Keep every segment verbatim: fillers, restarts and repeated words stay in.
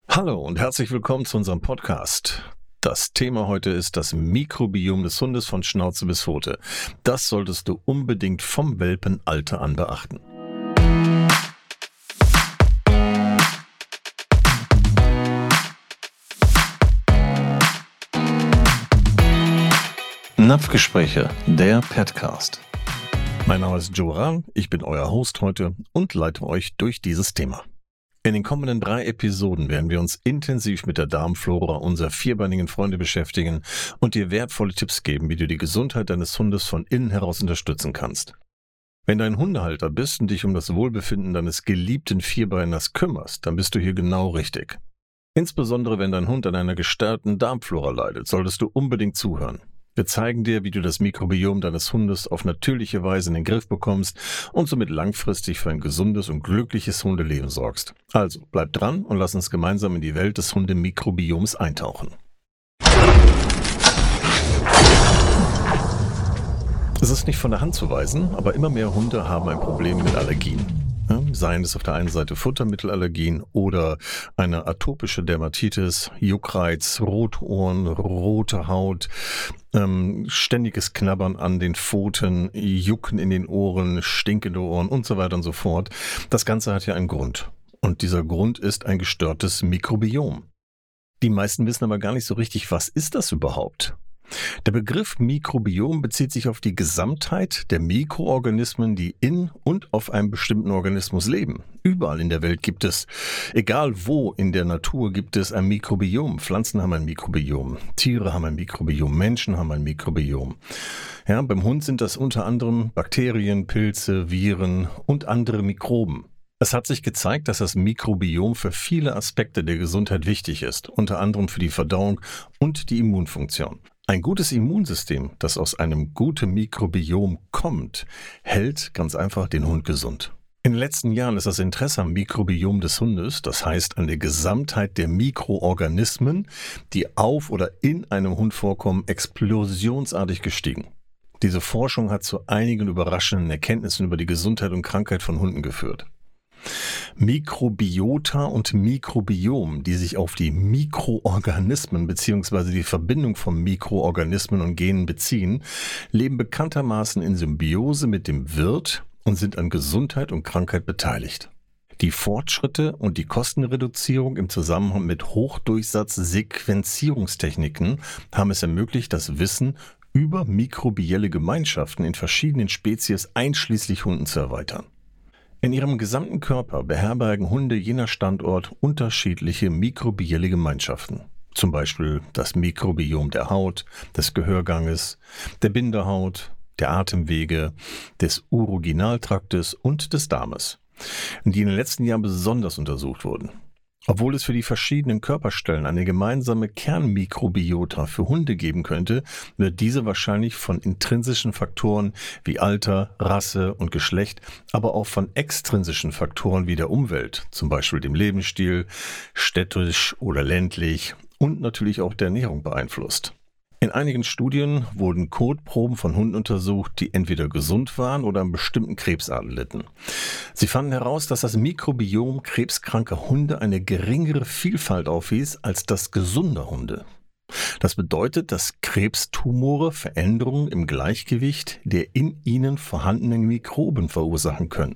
Hallo und herzlich willkommen zu unserem Podcast. Das Thema heute ist das Mikrobiom des Hundes von Schnauze bis Pfote. Das solltest du unbedingt vom Welpenalter an beachten. Napfgespräche, der Petcast. Mein Name ist Joe Rahn, ich bin euer Host heute und leite euch durch dieses Thema. In den kommenden drei Episoden werden wir uns intensiv mit der Darmflora unserer vierbeinigen Freunde beschäftigen und dir wertvolle Tipps geben, wie du die Gesundheit deines Hundes von innen heraus unterstützen kannst. Wenn du ein Hundehalter bist und dich um das Wohlbefinden deines geliebten Vierbeiners kümmerst, dann bist du hier genau richtig. Insbesondere wenn dein Hund an einer gestörten Darmflora leidet, solltest du unbedingt zuhören. Wir zeigen dir, wie du das Mikrobiom deines Hundes auf natürliche Weise in den Griff bekommst und somit langfristig für ein gesundes und glückliches Hundeleben sorgst. Also bleib dran und lass uns gemeinsam in die Welt des Hundemikrobioms eintauchen. Es ist nicht von der Hand zu weisen, aber immer mehr Hunde haben ein Problem mit Allergien. Ja, seien es auf der einen Seite Futtermittelallergien oder eine atopische Dermatitis, Juckreiz, Rotohren, rote Haut, ähm, ständiges Knabbern an den Pfoten, Jucken in den Ohren, stinkende Ohren und so weiter und so fort. Das Ganze hat ja einen Grund. Und dieser Grund ist ein gestörtes Mikrobiom. Die meisten wissen aber gar nicht so richtig, was ist das überhaupt? Der Begriff Mikrobiom bezieht sich auf die Gesamtheit der Mikroorganismen, die in und auf einem bestimmten Organismus leben. Überall in der Welt gibt es, egal wo in der Natur, gibt es ein Mikrobiom. Pflanzen haben ein Mikrobiom, Tiere haben ein Mikrobiom, Menschen haben ein Mikrobiom. Ja, beim Hund sind das unter anderem Bakterien, Pilze, Viren und andere Mikroben. Es hat sich gezeigt, dass das Mikrobiom für viele Aspekte der Gesundheit wichtig ist, unter anderem für die Verdauung und die Immunfunktion. Ein gutes Immunsystem, das aus einem guten Mikrobiom kommt, hält ganz einfach den Hund gesund. In den letzten Jahren ist das Interesse am Mikrobiom des Hundes, das heißt an der Gesamtheit der Mikroorganismen, die auf oder in einem Hund vorkommen, explosionsartig gestiegen. Diese Forschung hat zu einigen überraschenden Erkenntnissen über die Gesundheit und Krankheit von Hunden geführt. Mikrobiota und Mikrobiom, die sich auf die Mikroorganismen bzw. die Verbindung von Mikroorganismen und Genen beziehen, leben bekanntermaßen in Symbiose mit dem Wirt und sind an Gesundheit und Krankheit beteiligt. Die Fortschritte und die Kostenreduzierung im Zusammenhang mit Hochdurchsatz-Sequenzierungstechniken haben es ermöglicht, das Wissen über mikrobielle Gemeinschaften in verschiedenen Spezies einschließlich Hunden zu erweitern. In ihrem gesamten Körper beherbergen Hunde je nach Standort unterschiedliche mikrobielle Gemeinschaften. Zum Beispiel das Mikrobiom der Haut, des Gehörganges, der Bindehaut, der Atemwege, des Uroginaltraktes und des Darmes, die in den letzten Jahren besonders untersucht wurden. Obwohl es für die verschiedenen Körperstellen eine gemeinsame Kernmikrobiota für Hunde geben könnte, wird diese wahrscheinlich von intrinsischen Faktoren wie Alter, Rasse und Geschlecht, aber auch von extrinsischen Faktoren wie der Umwelt, zum Beispiel dem Lebensstil, städtisch oder ländlich und natürlich auch der Ernährung beeinflusst. In einigen Studien wurden Kotproben von Hunden untersucht, die entweder gesund waren oder an bestimmten Krebsarten litten. Sie fanden heraus, dass das Mikrobiom krebskranker Hunde eine geringere Vielfalt aufwies als das gesunder Hunde. Das bedeutet, dass Krebstumore Veränderungen im Gleichgewicht der in ihnen vorhandenen Mikroben verursachen können.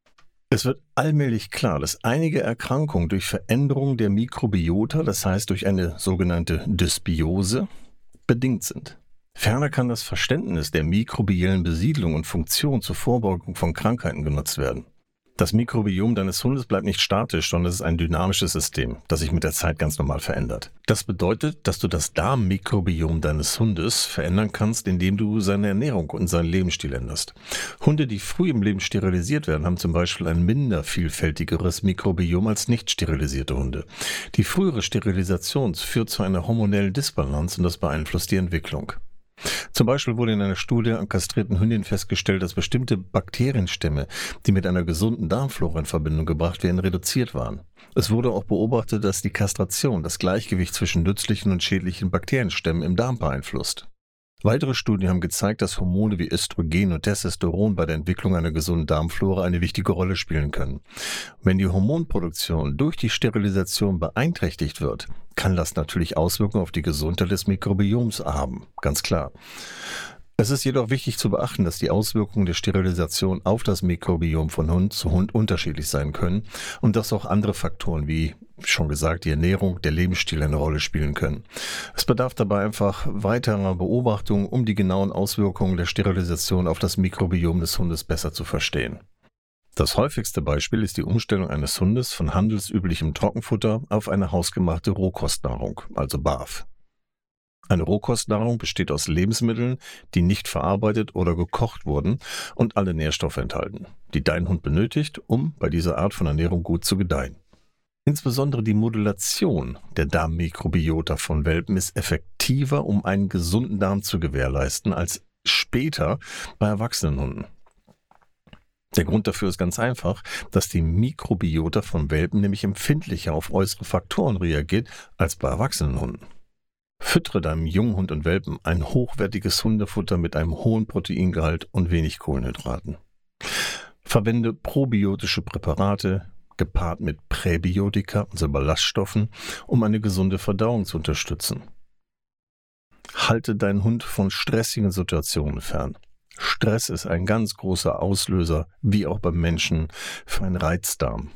Es wird allmählich klar, dass einige Erkrankungen durch Veränderung der Mikrobiota, das heißt durch eine sogenannte Dysbiose, bedingt sind. Ferner kann das Verständnis der mikrobiellen Besiedlung und Funktion zur Vorbeugung von Krankheiten genutzt werden. Das Mikrobiom deines Hundes bleibt nicht statisch, sondern es ist ein dynamisches System, das sich mit der Zeit ganz normal verändert. Das bedeutet, dass du das Darmmikrobiom deines Hundes verändern kannst, indem du seine Ernährung und seinen Lebensstil änderst. Hunde, die früh im Leben sterilisiert werden, haben zum Beispiel ein minder vielfältigeres Mikrobiom als nicht sterilisierte Hunde. Die frühere Sterilisation führt zu einer hormonellen Disbalance und das beeinflusst die Entwicklung. Zum Beispiel wurde in einer Studie an kastrierten Hündinnen festgestellt, dass bestimmte Bakterienstämme, die mit einer gesunden Darmflora in Verbindung gebracht werden, reduziert waren. Es wurde auch beobachtet, dass die Kastration das Gleichgewicht zwischen nützlichen und schädlichen Bakterienstämmen im Darm beeinflusst. Weitere Studien haben gezeigt, dass Hormone wie Östrogen und Testosteron bei der Entwicklung einer gesunden Darmflora eine wichtige Rolle spielen können. Wenn die Hormonproduktion durch die Sterilisation beeinträchtigt wird, kann das natürlich Auswirkungen auf die Gesundheit des Mikrobioms haben, ganz klar. Es ist jedoch wichtig zu beachten, dass die Auswirkungen der Sterilisation auf das Mikrobiom von Hund zu Hund unterschiedlich sein können und dass auch andere Faktoren wie schon gesagt die Ernährung, der Lebensstil eine Rolle spielen können. Es bedarf dabei einfach weiterer Beobachtung, um die genauen Auswirkungen der Sterilisation auf das Mikrobiom des Hundes besser zu verstehen. Das häufigste Beispiel ist die Umstellung eines Hundes von handelsüblichem Trockenfutter auf eine hausgemachte Rohkostnahrung, also B A F. Eine Rohkostnahrung besteht aus Lebensmitteln, die nicht verarbeitet oder gekocht wurden und alle Nährstoffe enthalten, die dein Hund benötigt, um bei dieser Art von Ernährung gut zu gedeihen. Insbesondere die Modulation der Darmmikrobiota von Welpen ist effektiver, um einen gesunden Darm zu gewährleisten, als später bei erwachsenen Hunden. Der Grund dafür ist ganz einfach, dass die Mikrobiota von Welpen nämlich empfindlicher auf äußere Faktoren reagiert als bei erwachsenen Hunden. Füttere deinem jungen Hund und Welpen ein hochwertiges Hundefutter mit einem hohen Proteingehalt und wenig Kohlenhydraten. Verwende probiotische Präparate, gepaart mit Präbiotika, also Ballaststoffen, um eine gesunde Verdauung zu unterstützen. Halte deinen Hund von stressigen Situationen fern. Stress ist ein ganz großer Auslöser, wie auch beim Menschen, für einen Reizdarm.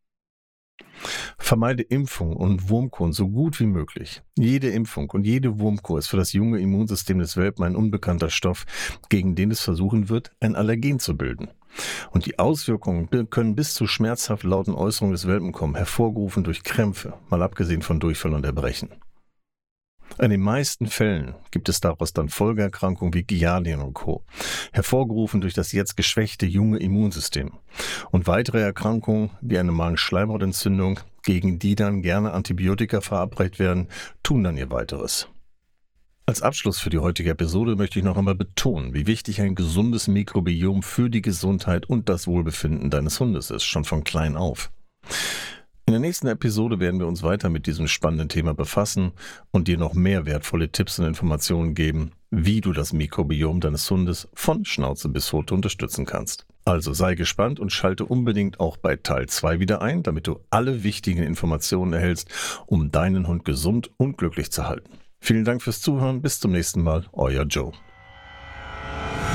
Vermeide Impfung und Wurmkur so gut wie möglich. Jede Impfung und jede Wurmkur ist für das junge Immunsystem des Welpen ein unbekannter Stoff, gegen den es versuchen wird, ein Allergen zu bilden. Und die Auswirkungen können bis zu schmerzhaft lauten Äußerungen des Welpen kommen, hervorgerufen durch Krämpfe, mal abgesehen von Durchfall und Erbrechen. In den meisten Fällen gibt es daraus dann Folgeerkrankungen wie Giardien und Co., hervorgerufen durch das jetzt geschwächte junge Immunsystem. Und weitere Erkrankungen wie eine Magenschleimhautentzündung, gegen die dann gerne Antibiotika verabreicht werden, tun dann ihr Weiteres. Als Abschluss für die heutige Episode möchte ich noch einmal betonen, wie wichtig ein gesundes Mikrobiom für die Gesundheit und das Wohlbefinden deines Hundes ist, schon von klein auf. In der nächsten Episode werden wir uns weiter mit diesem spannenden Thema befassen und dir noch mehr wertvolle Tipps und Informationen geben, wie du das Mikrobiom deines Hundes von Schnauze bis Pfote unterstützen kannst. Also sei gespannt und schalte unbedingt auch bei Teil zwei wieder ein, damit du alle wichtigen Informationen erhältst, um deinen Hund gesund und glücklich zu halten. Vielen Dank fürs Zuhören, bis zum nächsten Mal, euer Joe.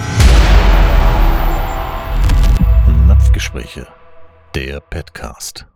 Napfgespräche, der Petcast.